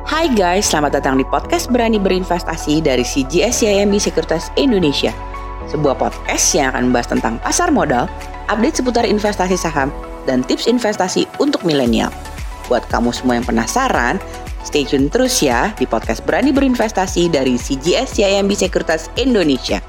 Hai guys, selamat datang di podcast Berani Berinvestasi dari CGS CIMB Sekuritas Indonesia. Sebuah podcast yang akan membahas tentang pasar modal, update seputar investasi saham, dan tips investasi untuk milenial. Buat kamu semua yang penasaran, stay tune terus ya di podcast Berani Berinvestasi dari CGS CIMB Sekuritas Indonesia.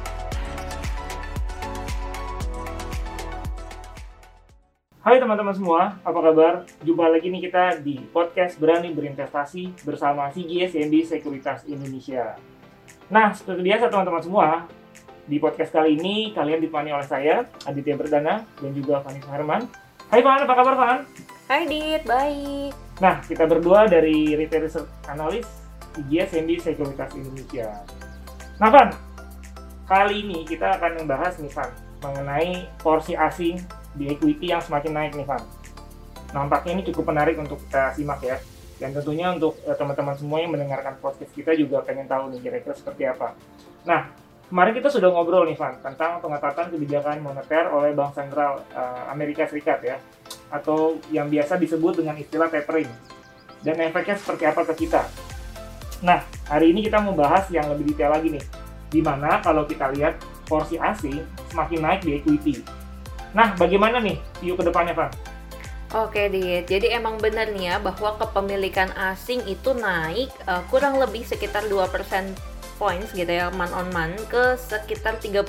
Hai teman-teman semua, apa kabar? Jumpa lagi nih kita di podcast Berani Berinvestasi bersama CGS CIMB Sekuritas Indonesia. Nah, seperti biasa teman-teman semua, di podcast kali ini kalian ditemani oleh saya, Aditya Berdana, dan juga Fani Herman. Hai Fan, apa kabar Fan? Hai Dit, baik. Nah, kita berdua dari Retail Research Analyst CGS CIMB Sekuritas Indonesia. Nah Fan, kali ini kita akan membahas nih Fan, mengenai porsi asing di equity yang semakin naik nih Van. Nampaknya ini cukup menarik untuk kita simak ya. Dan tentunya untuk teman-teman semua yang mendengarkan podcast kita juga pengen tahu nih kira-kira seperti apa. Nah, kemarin kita sudah ngobrol nih Van tentang pengetatan kebijakan moneter oleh Bank Sentral Amerika Serikat ya, atau yang biasa disebut dengan istilah tapering. Dan efeknya seperti apa ke kita. Nah, hari ini kita mau bahas yang lebih detail lagi nih. Dimana kalau kita lihat porsi asing semakin naik di equity. Nah, bagaimana nih view ke depannya, Pak? Oke, Dit. Jadi emang benar nih ya bahwa kepemilikan asing itu naik kurang lebih sekitar 2% points gitu ya, month on month ke sekitar 39%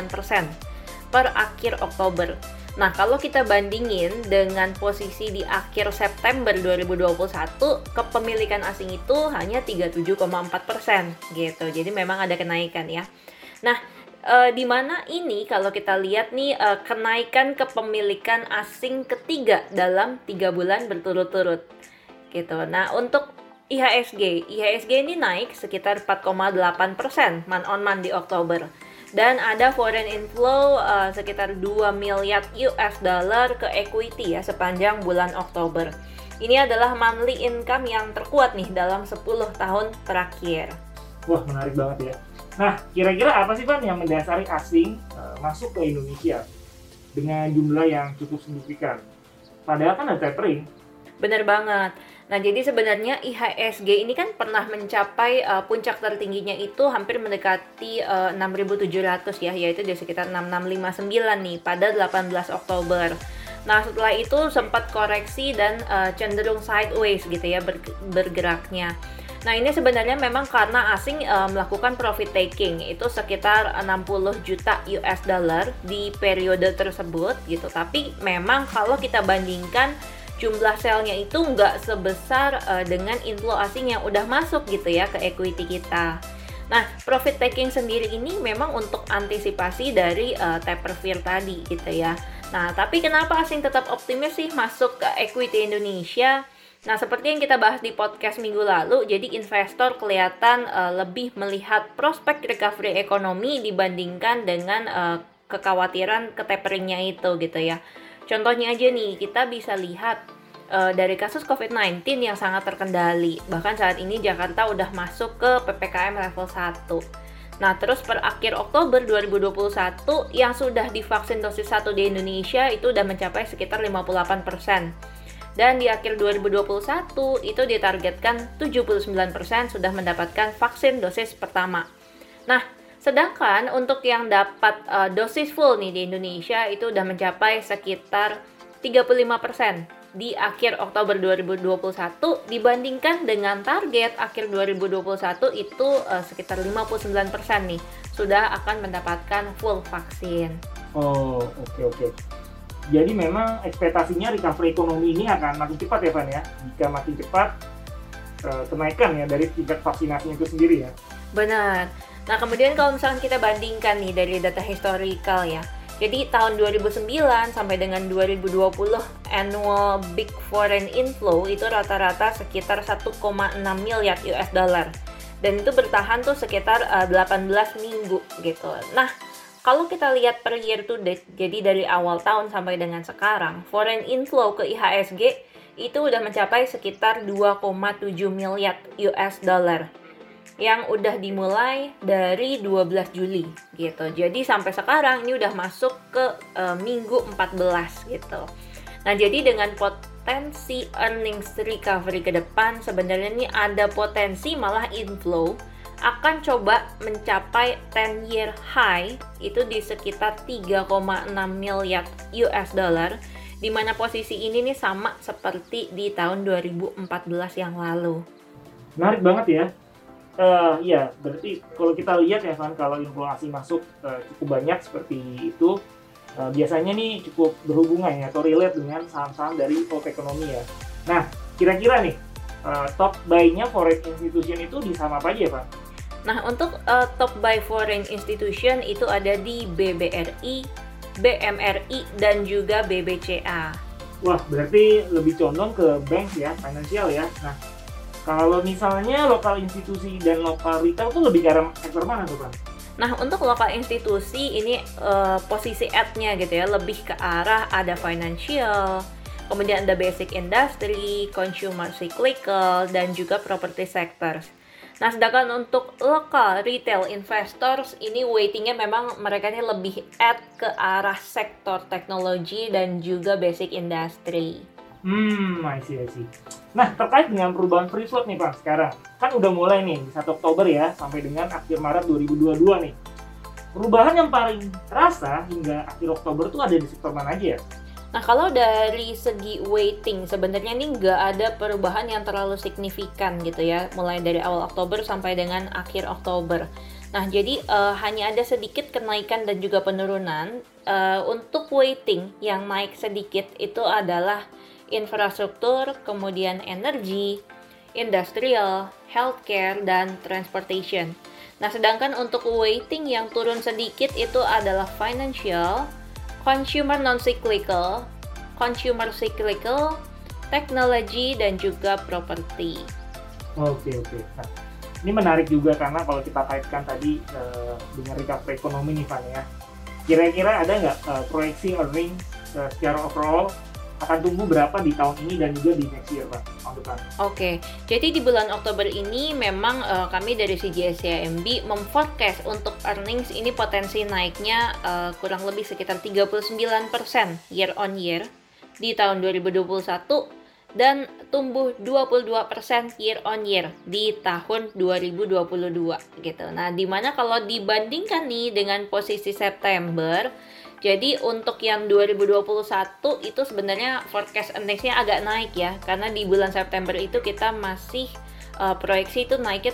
per akhir Oktober. Nah, kalau kita bandingin dengan posisi di akhir September 2021, kepemilikan asing itu hanya 37,4% gitu. Jadi memang ada kenaikan ya. Nah, di mana ini kalau kita lihat nih kenaikan kepemilikan asing ketiga dalam 3 bulan berturut-turut gitu. Nah, untuk IHSG ini naik sekitar 4,8% month on month di Oktober. Dan ada foreign inflow sekitar 2 miliar US dollar ke equity ya sepanjang bulan Oktober. Ini adalah monthly income yang terkuat nih dalam 10 tahun terakhir. Wah, menarik banget ya. Nah, kira-kira apa sih Van yang mendasari asing masuk ke Indonesia dengan jumlah yang cukup signifikan? Padahal kan ada tapering. Benar banget. Nah, jadi sebenarnya IHSG ini kan pernah mencapai puncak tertingginya itu hampir mendekati 6.700 ya, yaitu di sekitar 6.659 nih pada 18 Oktober. Nah, setelah itu sempat koreksi dan cenderung sideways gitu ya bergeraknya. Nah, ini sebenarnya memang karena asing melakukan profit taking, itu sekitar 60 juta US dollar di periode tersebut gitu. Tapi memang kalau kita bandingkan jumlah sell-nya itu nggak sebesar dengan inflow asing yang udah masuk gitu ya ke equity kita. Nah, profit taking sendiri ini memang untuk antisipasi dari taper fear tadi gitu ya. Nah, tapi kenapa asing tetap optimis sih masuk ke equity Indonesia? Nah, seperti yang kita bahas di podcast minggu lalu, jadi investor kelihatan lebih melihat prospek recovery ekonomi dibandingkan dengan kekhawatiran keteperingnya itu gitu ya. Contohnya aja nih, kita bisa lihat dari kasus COVID-19 yang sangat terkendali. Bahkan saat ini Jakarta udah masuk ke PPKM level 1. Nah, terus per akhir Oktober 2021 yang sudah divaksin dosis 1 di Indonesia itu udah mencapai sekitar 58%. Dan di akhir 2021 itu ditargetkan 79% sudah mendapatkan vaksin dosis pertama. Nah, sedangkan untuk yang dapat dosis full nih di Indonesia itu udah mencapai sekitar 35% di akhir Oktober 2021 dibandingkan dengan target akhir 2021 itu sekitar 59% nih sudah akan mendapatkan full vaksin. Oh, oke. Jadi memang ekspektasinya recovery ekonomi ini akan makin cepat ya Van ya. Jika makin cepat kenaikan ya dari tingkat vaksinasinya itu sendiri ya. Benar. Nah, kemudian kalau misalkan kita bandingkan nih dari data historical ya. Jadi tahun 2009 sampai dengan 2020 annual big foreign inflow itu rata-rata sekitar 1,6 miliar US dollar. Dan itu bertahan tuh sekitar 18 minggu gitu. Nah, kalau kita lihat per year to date, jadi dari awal tahun sampai dengan sekarang, foreign inflow ke IHSG itu udah mencapai sekitar 2,7 miliar US dollar yang udah dimulai dari 12 Juli gitu. Jadi sampai sekarang ini udah masuk ke minggu 14 gitu. Nah, jadi dengan potensi earnings recovery ke depan, sebenarnya ini ada potensi malah inflow akan coba mencapai 10-year high itu di sekitar 3,6 miliar US dollar, di mana posisi ini nih sama seperti di tahun 2014 yang lalu. Menarik banget ya. Iya, berarti kalau kita lihat ya Van, kalau inflow asing masuk cukup banyak seperti itu, biasanya nih cukup berhubungan ya atau relate dengan saham-saham dari world economy ya. Nah, kira-kira nih top buy-nya foreign institution itu di saham apa aja ya Pak? Nah, untuk top buy foreign institution itu ada di BBRI, BMRI, dan juga BBCA. Wah, berarti lebih condong ke bank ya, financial ya. Nah, kalau misalnya lokal institusi dan lokal retail tuh lebih ke arah sektor mana tuh Pak? Nah, untuk lokal institusi ini posisi ad-nya gitu ya, lebih ke arah ada financial, kemudian ada basic industry, consumer cyclical, dan juga property sectors. Nah, sedangkan untuk lokal retail investors ini weightingnya memang mereka ini lebih add ke arah sektor teknologi dan juga basic industry. I see. Nah, terkait dengan perubahan free float nih Pak sekarang, kan udah mulai nih di 1 Oktober ya, sampai dengan akhir Maret 2022 nih. Perubahan yang paling terasa hingga akhir Oktober tuh ada di sektor mana aja ya? Nah, kalau dari segi weighting, sebenarnya ini nggak ada perubahan yang terlalu signifikan gitu ya, mulai dari awal Oktober sampai dengan akhir Oktober. Nah, jadi hanya ada sedikit kenaikan dan juga penurunan. Untuk weighting yang naik sedikit itu adalah infrastruktur, kemudian energi, industrial, healthcare, dan transportation. Nah, sedangkan untuk weighting yang turun sedikit itu adalah financial, consumer non-cyclical, consumer cyclical, teknologi, dan juga property. Oke. Nah, ini menarik juga karena kalau kita kaitkan tadi dengan recovery ekonomi nih Pak ya. Kira-kira ada nggak proyeksi earning secara overall akan tumbuh berapa di tahun ini dan juga di next year Pak, tahun depan? Oke, jadi di bulan Oktober ini memang kami dari CGS-CIMB memforecast untuk earnings ini potensi naiknya kurang lebih sekitar 39% year on year di tahun 2021 dan tumbuh 22% year on year di tahun 2022 gitu. Nah, dimana kalau dibandingkan nih dengan posisi September, jadi untuk yang 2021 itu sebenarnya forecast earnings-nya agak naik ya, karena di bulan September itu kita masih proyeksi itu naiknya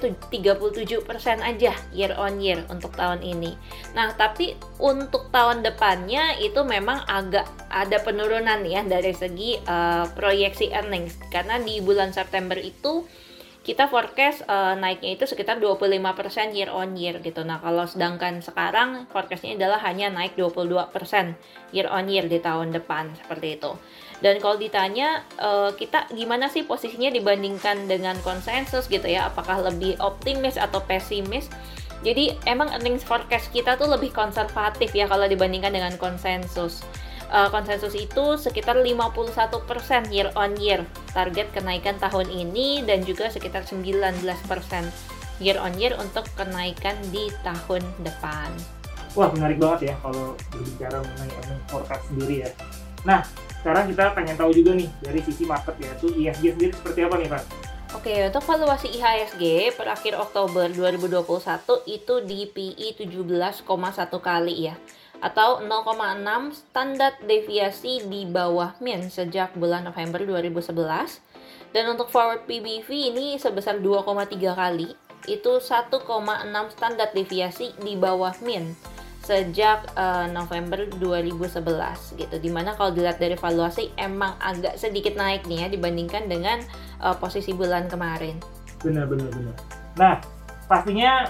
37% aja year on year untuk tahun ini. Nah, tapi untuk tahun depannya itu memang agak ada penurunan ya dari segi proyeksi earnings, karena di bulan September itu kita forecast naiknya itu sekitar 25% year on year gitu. Nah, kalau sedangkan sekarang forecastnya adalah hanya naik 22% year on year di tahun depan, seperti itu. Dan kalau ditanya kita gimana sih posisinya dibandingkan dengan konsensus gitu ya, apakah lebih optimis atau pesimis? Jadi emang earnings forecast kita tuh lebih konservatif ya kalau dibandingkan dengan konsensus. Konsensus itu sekitar 51% year on year target kenaikan tahun ini, dan juga sekitar 19% year on year untuk kenaikan di tahun depan. Wah, menarik banget ya kalau berbicara mengenai earning forecast sendiri ya. Nah, sekarang kita pengen tahu juga nih dari sisi market ya, itu IHSG sendiri seperti apa nih Pak? Oke, untuk valuasi IHSG per akhir Oktober 2021 itu di PI 17,1 kali ya, atau 0,6 standar deviasi di bawah mean sejak bulan November 2011. Dan untuk forward PBV ini sebesar 2,3 kali, itu 1,6 standar deviasi di bawah mean sejak November 2011 gitu. Dimana kalau dilihat dari valuasi emang agak sedikit naik nih ya dibandingkan dengan posisi bulan kemarin. Benar. Nah, pastinya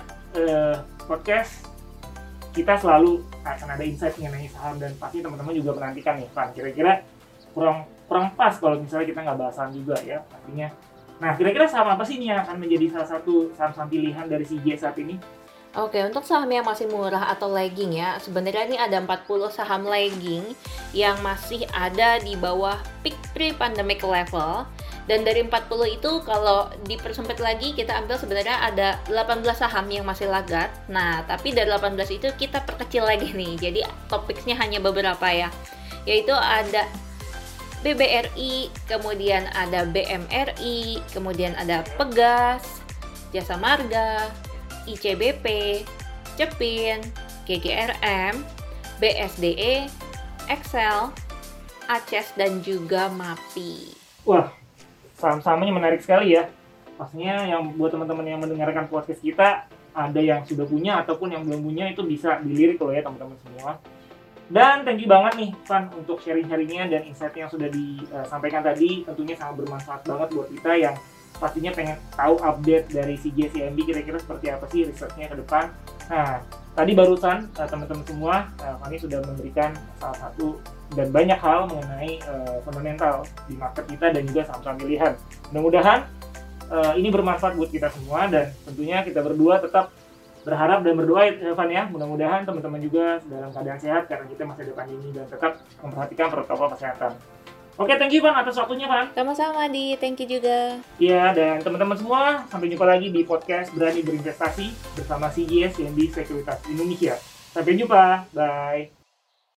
podcast kita selalu akan ada insight mengenai saham, dan pasti teman-teman juga menantikan nih Pak, kira-kira kurang pas kalau misalnya kita nggak bahas saham juga ya pastinya. Nah, kira-kira saham apa sih nih yang akan menjadi salah satu saham-saham pilihan dari CGS saat ini? Oke, untuk saham yang masih murah atau lagging ya, sebenarnya ini ada 40 saham lagging yang masih ada di bawah peak pre-pandemic level. Dan dari 40 itu kalau dipersempit lagi kita ambil sebenarnya ada 18 saham yang masih laggard. Nah, tapi dari 18 itu kita perkecil lagi nih. Jadi topiknya hanya beberapa ya. Yaitu ada BBRI, kemudian ada BMRI, kemudian ada Pegas, Jasa Marga, ICBP, Cepin, GGRM, BSDE, Excel, Aces, dan juga MAPI. Wah, saham-sahamnya menarik sekali ya. Pastinya yang buat teman-teman yang mendengarkan podcast kita, ada yang sudah punya ataupun yang belum punya itu bisa dilirik loh ya teman-teman semua. Dan thank you banget nih Van untuk sharing-sharingnya dan insight yang sudah disampaikan tadi. Tentunya sangat bermanfaat banget buat kita yang pastinya pengen tahu update dari CGS CIMB kira-kira seperti apa sih risetnya ke depan. Nah, tadi barusan teman-teman semua, kami sudah memberikan salah satu dan banyak hal mengenai fundamental di market kita dan juga saham-saham pilihan. Mudah-mudahan ini bermanfaat buat kita semua dan tentunya kita berdua tetap berharap dan berdoa ya Van ya, mudah-mudahan teman-teman juga dalam keadaan sehat karena kita masih ada pandemi dan tetap memperhatikan protokol kesehatan. Oke, thank you Van atas waktunya Van. Sama-sama Di, thank you juga. Ya, dan teman-teman semua, sampai jumpa lagi di podcast Berani Berinvestasi bersama CGS CIMB Sekuritas Indonesia. Sampai jumpa, bye.